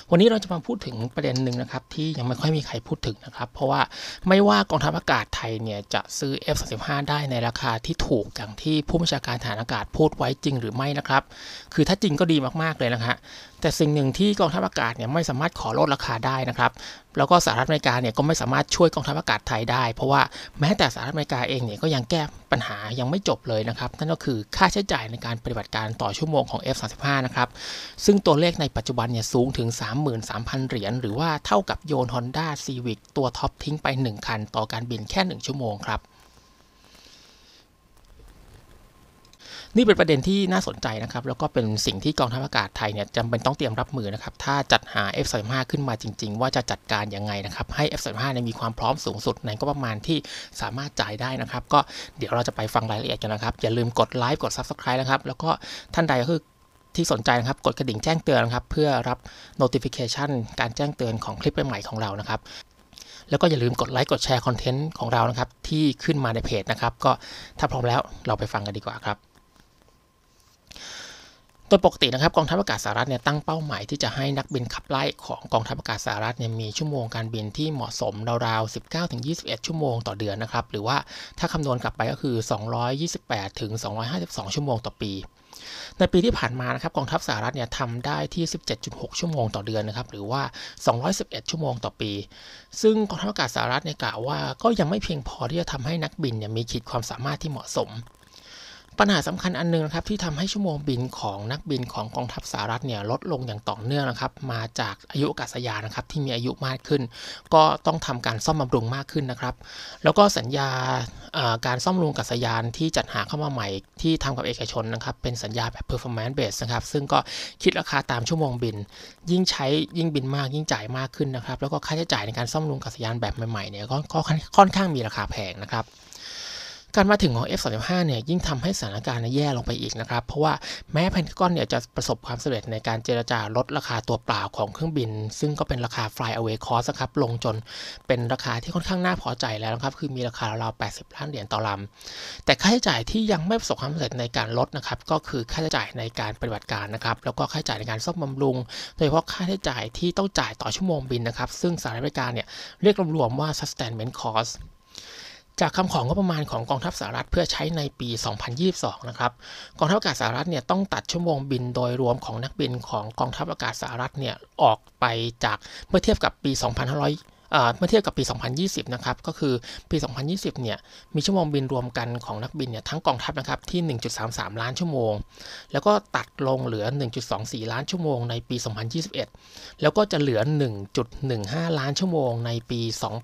วันนี้เราจะมาพูดถึงประเด็นหนึ่งนะครับที่ยังไม่ค่อยมีใครพูดถึงนะครับเพราะว่าไม่ว่ากองทัพอากาศไทยเนี่ยจะซื้อ F-35 ได้ในราคาที่ถูกอย่างที่ผู้บัญชาการทหารอากาศพูดไว้จริงหรือไม่นะครับคือถ้าจริงก็ดีมากๆเลยนะฮะแต่สิ่งหนึ่งที่กองทัพอากาศเนี่ยไม่สามารถขอลดราคาได้นะครับแล้วก็สหรัฐอเมริกาเนี่ยก็ไม่สามารถช่วยกองทัพอากาศไทยได้เพราะว่าแม้แต่สหรัฐอเมริกาเองเนี่ยก็ยังแก้ปัญหายังไม่จบเลยนะครับนั่นก็คือค่าใช้จ่ายในการปฏิบัติการต่อชั่วโมงของ F-35 นะครับซึ่งตัวเลขในปัจจุบันเนี่ยสูงถึง 33,000 เหรียญหรือว่าเท่ากับโยน Honda Civic ตัวท็อปทิ้งไป1คันต่อการบินแค่1ชั่วโมงครับนี่เป็นประเด็นที่น่าสนใจนะครับแล้วก็เป็นสิ่งที่กองทัพอากาศไทยเนี่ยจำเป็นต้องเตรียมรับมือนะครับถ้าจัดหา F-35 ขึ้นมาจริงๆว่าจะจัดการยังไงนะครับให้ F-35 เนี่ยมีความพร้อมสูงสุดในงบประมาณที่สามารถจ่ายได้นะครับก็เดี๋ยวเราจะไปฟังรายละเอียดกันนะครับอย่าลืมกดไลค์กด Subscribe นะครับแล้วก็ท่านใดก็คือที่สนใจนะครับกดกระดิ่งแจ้งเตือนนะครับเพื่อรับ notification การแจ้งเตือนของคลิปใหม่ๆของเรานะครับแล้วก็อย่าลืมกดไลค์กดแชร์คอนเทนต์ของเรานะครับที่ขึ้นมาในเพจนะครับก็ถ้าพร้อมแล้วเราไปฟังกันดีกว่าครับโดยปกตินะครับกองทัพอากาศสหรัฐเนี่ยตั้งเป้าหมายที่จะให้นักบินขับไล่ของกองทัพอากาศสหรัฐเนี่ยมีชั่วโมงการบินที่เหมาะสมราวๆ 19-21 ชั่วโมงต่อเดือนนะครับหรือว่าถ้าคำนวณกลับไปก็คือ 228 ถึง 252 ชั่วโมงต่อปีในปีที่ผ่านมานะครับกองทัพสหรัฐเนี่ยทำได้ที่ 17.6 ชั่วโมงต่อเดือนนะครับหรือว่า 211 ชั่วโมงต่อปีซึ่งกองทัพอากาศสหรัฐเนี่ยกล่าวว่าก็ยังไม่เพียงพอที่จะทำให้นักบินเนี่ยมีขีดความสามารถที่เหมาะสมปัญหาสำคัญอันนึงนะครับที่ทำให้ชั่วโมงบินของนักบินของกองทัพสหรัฐเนี่ยลดลงอย่างต่อเนื่องนะครับมาจากอายุอากาศยานนะครับที่มีอายุมากขึ้นก็ต้องทำการซ่อมบำรุงมากขึ้นนะครับแล้วก็สัญญาการซ่อมบำรุงอากาศยานที่จัดหาเข้ามาใหม่ที่ทำกับเอกชนนะครับเป็นสัญญาแบบ performance base นะครับซึ่งก็คิดราคาตามชั่วโมงบินยิ่งใช้ยิ่งบินมากยิ่งจ่ายมากขึ้นนะครับแล้วก็ค่าใช้จ่ายในการซ่อมบำรุงอากาศยานแบบใหม่ๆเนี่ยก็ค่อนข้างมีราคาแพงนะครับการมาถึงของ F-35 เนี่ยยิ่งทำให้สถานการณ์แย่ลงไปอีกนะครับเพราะว่าแม้เพนทากอนเนี่ยจะประสบความสำเร็จในการเจรจาลดราคาตัวเปล่าของเครื่องบินซึ่งก็เป็นราคา fly away cost ครับลงจนเป็นราคาที่ค่อนข้างน่าพอใจแล้วนะครับคือมีราคาราวๆ 80 ล้านเหรียญต่อลำแต่ค่าใช้จ่ายที่ยังไม่ประสบความสำเร็จในการลดนะครับก็คือค่าใช้จ่ายในการปฏิบัติการนะครับแล้วก็ค่าใช้จ่ายในการซ่อมบำรุงโดยเฉพาะค่าใช้จ่ายที่ต้องจ่ายต่อชั่วโมงบินนะครับซึ่งสหรัฐอเมริกาเนี่ยเรียกรวมๆว่า sustainment costจากคำของงบประมาณของกองทัพสหรัฐเพื่อใช้ในปี 2022 นะครับกองทัพอากาศสหรัฐเนี่ยต้องตัดชั่วโมงบินโดยรวมของนักบินของกองทัพอากาศสหรัฐเนี่ยออกไปจากเมื่อเทียบกับปี เมื่อเทียบกับปี 2020 นะครับก็คือปี 2020 เนี่ยมีชั่วโมงบินรวมกันของนักบินเนี่ยทั้งกองทัพนะครับที่ 1.33 ล้านชั่วโมงแล้วก็ตัดลงเหลือ 1.24 ล้านชั่วโมงในปี 2021 แล้วก็จะเหลือ 1.15 ล้านชั่วโมงในปี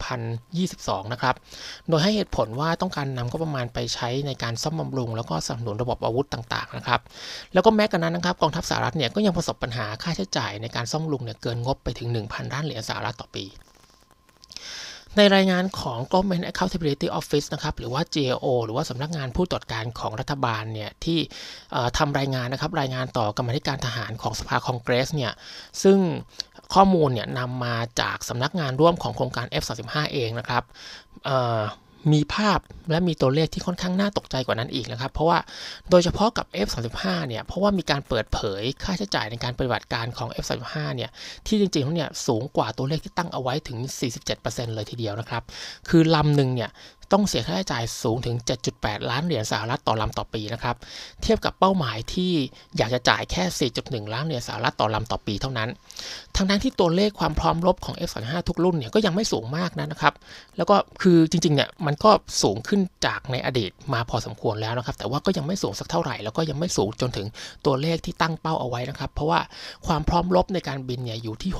2022 นะครับโดยให้เหตุผลว่าต้องการนำก็ประมาณไปใช้ในการซ่อมบำรุงแล้วก็สนับสนุนระบบอาวุธต่างๆนะครับแล้วก็แม้กระนั้นนะครับกองทัพสหรัฐเนี่ยก็ยังประสบปัญหาค่าใช้จ่ายในการซ่อมบำรุงเนี่ยเกินงบไปถึง 1,000 ล้านเหรียญสหรัฐต่อปีในรายงานของ Government Accountability Office นะครับหรือว่า GAO หรือว่าสำนักงานผู้ตรวจการของรัฐบาลเนี่ยที่ทำรายงานนะครับรายงานต่อกรรมาธิการทหารของสภาคองเกรสเนี่ยซึ่งข้อมูลเนี่ยนำมาจากสำนักงานร่วมของโครงการ F-35 เองนะครับมีภาพและมีตัวเลขที่ค่อนข้างน่าตกใจกว่านั้นอีกนะครับเพราะว่าโดยเฉพาะกับ F-35 เนี่ยเพราะว่ามีการเปิดเผยค่าใช้จ่ายในการปฏิบัติการของ F-35 เนี่ยที่จริงๆแล้วเนี่ยสูงกว่าตัวเลขที่ตั้งเอาไว้ถึง 47% เลยทีเดียวนะครับคือลำหนึ่งเนี่ยต้องเสียค่าใช้จ่ายสูงถึง 7.8 ล้านเหรียญสหรัฐต่อลำต่อปีนะครับเทียบกับเป้าหมายที่อยากจะจ่ายแค่ 4.1 ล้านเหรียญสหรัฐต่อลำต่อปีเท่านั้นทั้งที่ตัวเลขความพร้อมรบของ F-35 ทุกรุ่นเนี่ยก็ยังไม่สูงมากนะครับแล้วก็คือจริงๆเนี่ยมันก็สูงขึ้นจากในอดีตมาพอสมควรแล้วนะครับแต่ว่าก็ยังไม่สูงสักเท่าไหร่แล้วก็ยังไม่สูงจนถึงตัวเลขที่ตั้งเป้าเอาไว้นะครับเพราะว่าความพร้อมรบในการบินเนี่ยอยู่ที่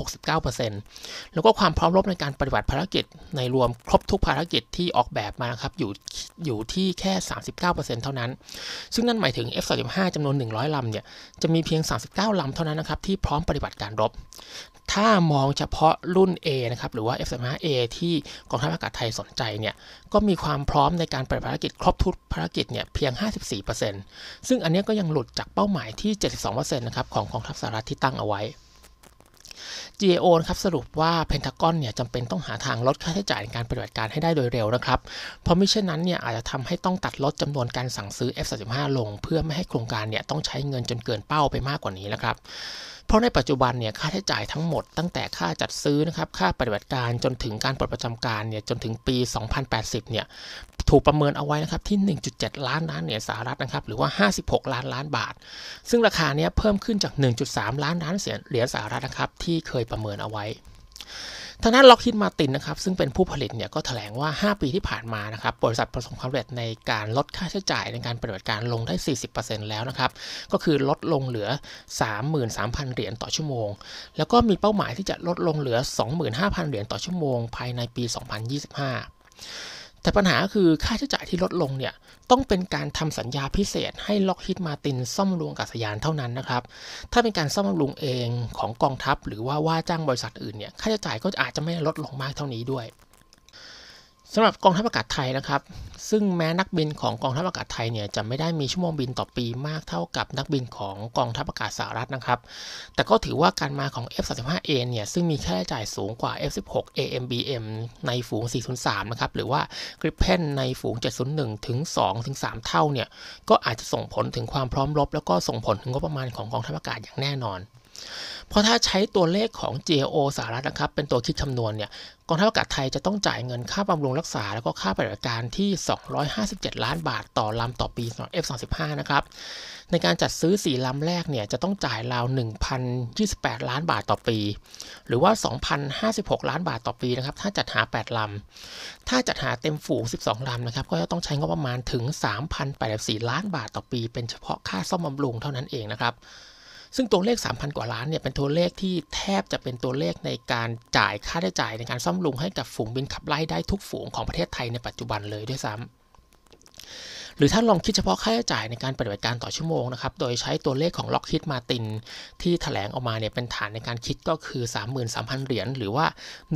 69% แล้วก็ความพร้อมรบในการปฏิบัติภารกิจในรวมครบทุกภารกิจที่ออกแบบมานะครับอยู่ที่แค่ 39% เท่านั้นซึ่งนั่นหมายถึง F-35 จำนวน100 ลำเนี่ยจะมีเพียง39 ลำเท่านั้นนะครับที่พร้อมปฏิบัติการรบถ้ามองเฉพาะรุ่น A นะครับหรือว่า F-35A ที่กองทัพอากาศไทยสนใจเนี่ยก็มีความพร้อมในการปฏิบัติภารกิจครบทุกภารกิจเนี่ยเพียง 54% ซึ่งอันนี้ก็ยังหลุดจากเป้าหมายที่ 72% นะครับของกองทัพสหรัฐที่ตั้งเอาไว้ GAO นะครับสรุปว่าเพนทากอนเนี่ยจำเป็นต้องหาทางลดค่าใช้จ่ายในการปฏิบัติการให้ได้โดยเร็วนะครับเพราะมิเช่นนั้นเนี่ยอาจจะทำให้ต้องตัดลดจำนวนการสั่งซื้อ F-35 ลงเพื่อไม่ให้โครงการเนี่ยต้องใช้เงินจนเกินเป้าไปมากกว่านี้นะครับเพราะในปัจจุบันเนี่ยค่าใช้จ่ายทั้งหมดตั้งแต่ค่าจัดซื้อนะครับค่าปฏิบัติการจนถึงการปลดประจำการเนี่ยจนถึงปี 2080 เนี่ยถูกประเมินเอาไว้นะครับที่ 1.7 ล้านล้านเหรียญสหรัฐนะครับหรือว่า 56 ล้านล้านบาทซึ่งราคาเนี้ยเพิ่มขึ้นจาก 1.3 ล้านล้านเหรียญสหรัฐนะครับที่เคยประเมินเอาไว้ทางด้านล็อกฮีดมาร์ตินนะครับซึ่งเป็นผู้ผลิตเนี่ยก็แถลงว่า5ปีที่ผ่านมานะครับบริษัทประสบความสำเร็จในการลดค่าใช้จ่ายในการปฏิบัติการลงได้ 40% แล้วนะครับก็คือลดลงเหลือ 33,000 เหรียญต่อชั่วโมงแล้วก็มีเป้าหมายที่จะลดลงเหลือ 25,000 เหรียญต่อชั่วโมงภายในปี 2025แต่ปัญหาคือค่าใช้จ่ายที่ลดลงเนี่ยต้องเป็นการทำสัญญาพิเศษให้ล็อกฮีดมาร์ตินซ่อมบำรุงอากาศยานเท่านั้นนะครับถ้าเป็นการซ่อมบำรุงเองของกองทัพหรือว่าจ้างบริษัทอื่นเนี่ยค่าใช้จ่ายก็อาจจะไม่ลดลงมากเท่านี้ด้วยสำหรับกองทัพอากาศไทยนะครับซึ่งแม้นักบินของกองทัพอากาศไทยเนี่ยจะไม่ได้มีชั่วโมงบินต่อปีมากเท่ากับนักบินของกองทัพอากาศสหรัฐนะครับแต่ก็ถือว่าการมาของ F-35A เนี่ยซึ่งมีค่าใช้จ่ายสูงกว่า F-16 AMBM ในฝูง 403 นะครับหรือว่า Gripen ในฝูง 701 ถึง 2 ถึง 3 เท่าเนี่ยก็อาจจะส่งผลถึงความพร้อมรบแล้วก็ส่งผลถึงงบประมาณของกองทัพอากาศอย่างแน่นอนเพราะถ้าใช้ตัวเลขของ GAO สหรัฐนะครับเป็นตัวคิดคำนวณเนี่ยกองทัพอากาศไทยจะต้องจ่ายเงินค่าบำรุงรักษาแล้วก็ค่าปฏิบัติการที่257ล้านบาทต่อลำต่อปีสำหรับ F-35 นะครับในการจัดซื้อ4ลำแรกเนี่ยจะต้องจ่ายราว 1,028 ล้านบาทต่อปีหรือว่า 2,056 ล้านบาทต่อปีนะครับถ้าจัดหา8ลำถ้าจัดหาเต็มฝูง12ลำนะครับก็จะต้องใช้งบประมาณถึง 3,084 ล้านบาทต่อปีเป็นเฉพาะค่าซ่อมบำรุงเท่านั้นเองนะครับซึ่งตัวเลข 3,000 กว่าล้านเนี่ยเป็นตัวเลขที่แทบจะเป็นตัวเลขในการจ่ายค่าใช้จ่ายในการซ่อมบำรุงให้กับฝูงบินขับไล่ได้ทุกฝูงของประเทศไทยในปัจจุบันเลยด้วยซ้ำหรือถ้าลองคิดเฉพาะค่าใช้จ่ายในการปฏิบัติการต่อชั่วโมงนะครับโดยใช้ตัวเลขของล็อกฮีดมาร์ตินที่แถลงออกมาเนี่ยเป็นฐานในการคิดก็คือ 33,000 เหรียญหรือว่า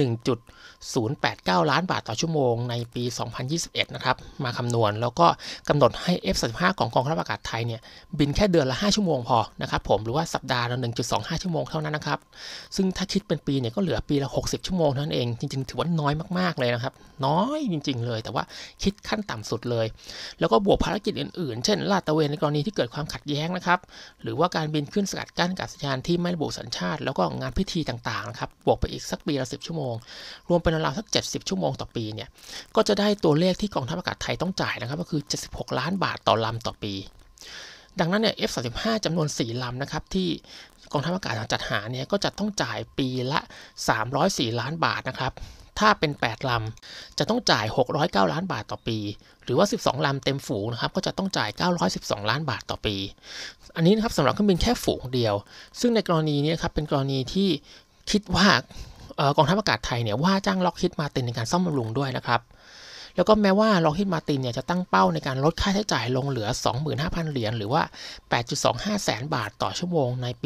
1.089 ล้านบาทต่อชั่วโมงในปี 2021 นะครับมาคำนวณแล้วก็กำหนดให้ F-35 ของกองทัพอากาศไทยเนี่ยบินแค่เดือนละ5ชั่วโมงพอนะครับผมหรือว่าสัปดาห์ละ 1.25 ชั่วโมงเท่านั้นนะครับซึ่งถ้าคิดเป็นปีเนี่ยก็เหลือปีละ60ชั่วโมงเท่านั้นเองจริงๆถือว่าน้อยมากๆเลยนะครับน้อยจริงๆเลยแต่ว่าคิดขั้นต่ำสุดเลยแล้วก็บวกภารกิจอื่นๆเช่นลาดตระเวนในกรณีที่เกิดความขัดแย้งนะครับหรือว่าการบินขึ้นสกัดกั้นอากาศยานที่ไม่ระบุสัญชาติแล้วก็งานพิธีต่างๆนะครับบวกไปอีกสักปีละ10ชั่วโมงรวมเป็นราวๆสัก70ชั่วโมงต่อปีเนี่ยก็จะได้ตัวเลขที่กองทัพอากาศไทยต้องจ่ายนะครับก็คือ76ล้านบาทต่อลำต่อปีดังนั้นเนี่ย F-35 จำนวน4ลำนะครับที่กองทัพอากาศจัดหาเนี่ยก็จะต้องจ่ายปีละ304ล้านบาทนะครับถ้าเป็น8ลำจะต้องจ่าย609ล้านบาทต่อปีหรือว่า12ลำเต็มฝูงนะครับก็จะต้องจ่าย912ล้านบาทต่อปีอันนี้นะครับสำหรับเครื่องบินแค่ฝูงเดียวซึ่งในกรณีนี้ครับเป็นกรณีที่คิดว่ากองทัพอากาศไทยเนี่ยว่าจ้างล็อกฮีดมาร์ตินในการซ่อมบำรุงด้วยนะครับแล้วก็แม้ว่าล็อกฮีดมาร์ตินเนี่ยจะตั้งเป้าในการลดค่าใช้จ่ายลงเหลือ 25,000 เหรียญหรือว่า 8.25 แสนบาทต่อชั่วโมงในปี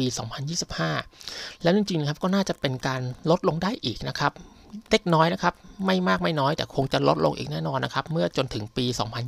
2025 แล้วจริงๆนะครับก็น่าจะเป็นการลดลงได้อีกนะครับเล็กน้อยนะครับไม่มากไม่น้อยแต่คงจะลดลงอีกแน่นอนนะครับเมื่อจนถึงปี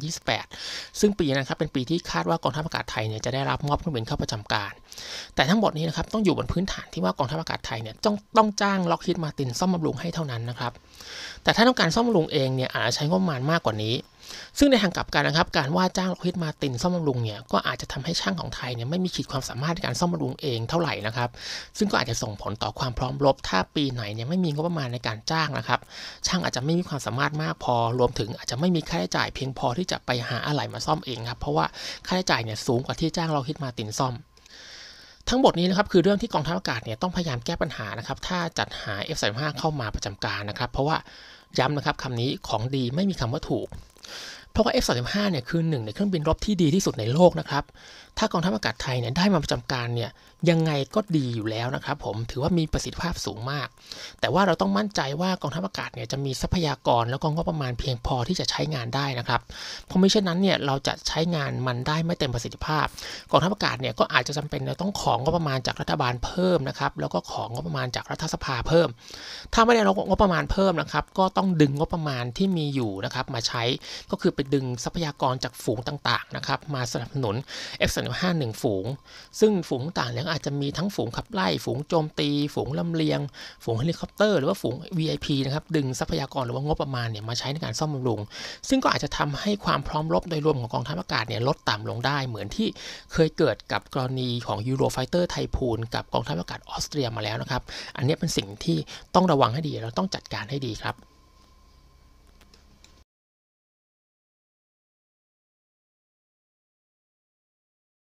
2028 ซึ่งปีนะครับเป็นปีที่คาดว่ากองทัพอากาศไทยเนี่ยจะได้รับมอบเครื่องบินเข้าประจำการแต่ทั้งหมดนี้นะครับต้องอยู่บนพื้นฐานที่ว่ากองทัพอากาศไทยเนี่ยต้องจ้างล็อกฮีดมาร์ตินซ่อมบำรุงให้เท่านั้นนะครับแต่ถ้าต้องการซ่อมบำรุงเองเนี่ยอาจจะใช้งบประมาณมากกว่านี้ซึ่งในทางกลับกันนะครับการว่าจ้างล็อกฮีดมาร์ตินซ่อมบำรุงเนี่ยก็อาจจะทำให้ช่างของไทยเนี่ยไม่มีขีดความสามารถในการซ่อมบำรุงเองเท่าไหร่นะครับซึ่งก็อาจจะส่งผลต่อความพร้อมรบถ้าปีไหนเนี่ยไม่มีงบประมาณในการจ้างนะครับช่างอาจจะไม่มีความสามารถมากพอรวมถึงอาจจะไม่มีค่าใช้จ่ายเพียงพอที่จะไปหาอะไหล่มาซ่อมเองครับเพราะว่าค่าใช้จ่ายเนี่ยสูงกว่าที่จ้างล็อกฮีดมาร์ตินซ่อมทั้งหมดนี้นะครับคือเรื่องที่กองทัพอากาศเนี่ยต้องพยายามแก้ปัญหานะครับถ้าจัดหา F-35 เข้ามาประจำการนะครับเพราะว่าย้ำนะครับคำนี้ของดีไม่มีคำว่าถูกเพราะว่า F-35 เนี่ยคือหนึ่งในเครื่องบินรบที่ดีที่สุดในโลกนะครับถ้ากองทัพอากาศไทยเนี่ยได้มาประจำการเนี่ยยังไงก็ดีอยู่แล้วนะครับผมถือว่ามีประสิทธิภาพสูงมากแต่ว่าเราต้องมั่นใจว่ากองทัพอากาศเนี่ยจะมีทรัพยากรแล้วก็งบประมาณเพียงพอที่จะใช้งานได้นะครับเพราะไม่เช่นนั้นเนี่ยเราจะใช้งานมันได้ไม่เต็มประสิทธิภาพกองทัพอากาศเนี่ยก็อาจจะจำเป็นต้องของงบประมาณจากรัฐบาลเพิ่มนะครับแล้วก็ของงบประมาณจากรัฐสภาเพิ่มถ้าไม่ได้รับงบประมาณเพิ่มนะครับก็ต้องดึงงบประมาณที่มีอยู่นะครับมาใช้ก็คือไปดึงทรัพยากรจากฝูงต่างๆนะครับมาสนับสนุน F-35 1ฝูงซึ่งฝูงต่างๆเนี่ยก็อาจจะมีทั้งฝูงขับไล่ฝูงโจมตีฝูงลำเลียงฝูงเฮลิคอปเตอร์หรือว่าฝูง VIP นะครับดึงทรัพยากรหรือว่างบประมาณเนี่ยมาใช้ในการซ่อมบำรุงซึ่งก็อาจจะทำให้ความพร้อมรบโดยรวมของกองทัพอากาศเนี่ยลดต่ำลงได้เหมือนที่เคยเกิดกับกรณีของ Eurofighter Typhoon กับกองทัพอากาศออสเตรียมาแล้วนะครับอันนี้เป็นสิ่งที่ต้องระวังให้ดีเราต้องจัดการให้ดีครับ